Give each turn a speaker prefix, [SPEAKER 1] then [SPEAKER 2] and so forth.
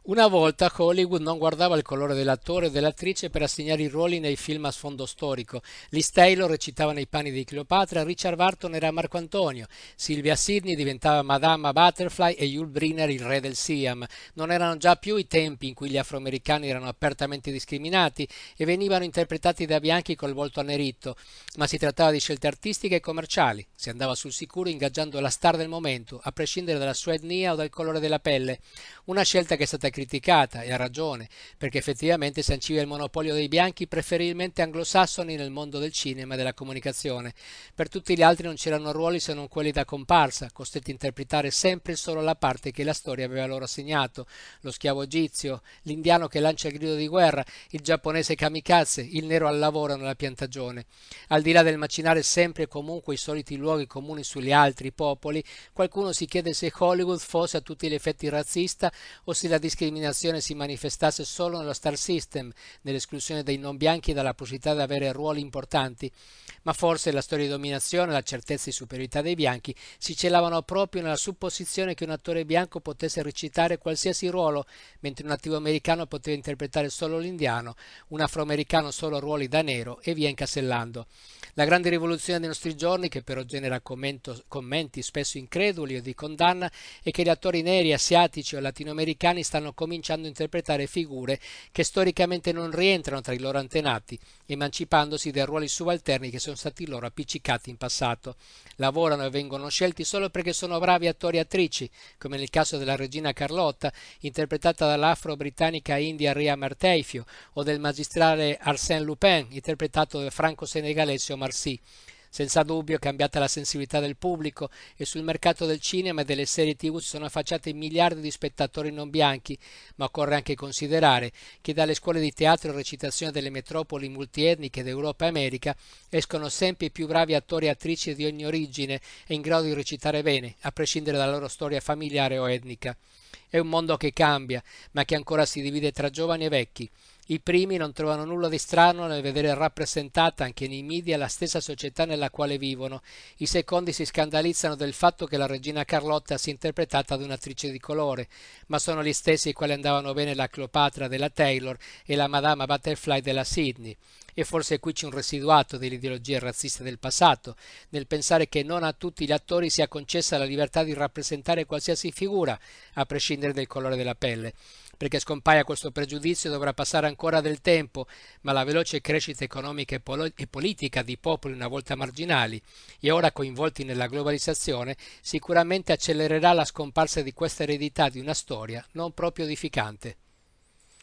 [SPEAKER 1] Una volta Hollywood non guardava il colore dell'attore o dell'attrice per assegnare i ruoli nei film a sfondo storico. Liz Taylor recitava nei panni di Cleopatra, Richard Barton era Marco Antonio, Sylvia Sidney diventava Madama Butterfly e Yul Brynner il re del Siam. Non erano già più i tempi in cui gli afroamericani erano apertamente discriminati e venivano interpretati da bianchi col volto annerito, ma si trattava di scelte artistiche e commerciali. Si andava sul sicuro ingaggiando la star del momento, a prescindere dalla sua etnia o dal colore della pelle. Una scelta che è stata criticata, e ha ragione, perché effettivamente sanciva il monopolio dei bianchi preferibilmente anglosassoni nel mondo del cinema e della comunicazione. Per tutti gli altri non c'erano ruoli se non quelli da comparsa, costretti a interpretare sempre e solo la parte che la storia aveva loro assegnato: lo schiavo egizio, l'indiano che lancia il grido di guerra, il giapponese kamikaze, il nero al lavoro nella piantagione. Al di là del macinare sempre e comunque i soliti luoghi comuni sugli altri popoli, qualcuno si chiede se Hollywood fosse a tutti gli effetti razzista o se la discriminazione si manifestasse solo nello star system, nell'esclusione dei non bianchi dalla possibilità di avere ruoli importanti. Ma forse la storia di dominazione e la certezza di superiorità dei bianchi si celavano proprio nella supposizione che un attore bianco potesse recitare qualsiasi ruolo, mentre un nativo americano poteva interpretare solo l'indiano, un afroamericano solo ruoli da nero e via incasellando. La grande rivoluzione dei nostri giorni, che però genera commenti spesso increduli o di condanna, è che gli attori neri, asiatici o latinoamericani stanno cominciando a interpretare figure che storicamente non rientrano tra i loro antenati, emancipandosi dai ruoli subalterni che sono stati loro appiccicati in passato. Lavorano e vengono scelti solo perché sono bravi attori e attrici, come nel caso della regina Carlotta, interpretata dall'afro-britannica India Ria Marteifio, o del magistrale Arsène Lupin, interpretato dal franco-senegalese Omar Sy. Senza dubbio è cambiata la sensibilità del pubblico e sul mercato del cinema e delle serie TV si sono affacciati miliardi di spettatori non bianchi, ma occorre anche considerare che dalle scuole di teatro e recitazione delle metropoli multietniche d'Europa e America escono sempre i più bravi attori e attrici di ogni origine e in grado di recitare bene, a prescindere dalla loro storia familiare o etnica. È un mondo che cambia, ma che ancora si divide tra giovani e vecchi. I primi non trovano nulla di strano nel vedere rappresentata anche nei media la stessa società nella quale vivono. I secondi si scandalizzano del fatto che la regina Carlotta sia interpretata da un'attrice di colore, ma sono gli stessi ai quali andavano bene la Cleopatra della Taylor e la Madama Butterfly della Sidney. E forse qui c'è un residuato dell'ideologia razzista del passato, nel pensare che non a tutti gli attori sia concessa la libertà di rappresentare qualsiasi figura, a prescindere dal colore della pelle. Perché scompaia questo pregiudizio dovrà passare ancora del tempo, ma la veloce crescita economica e politica di popoli una volta marginali e ora coinvolti nella globalizzazione sicuramente accelererà la scomparsa di questa eredità di una storia non proprio edificante.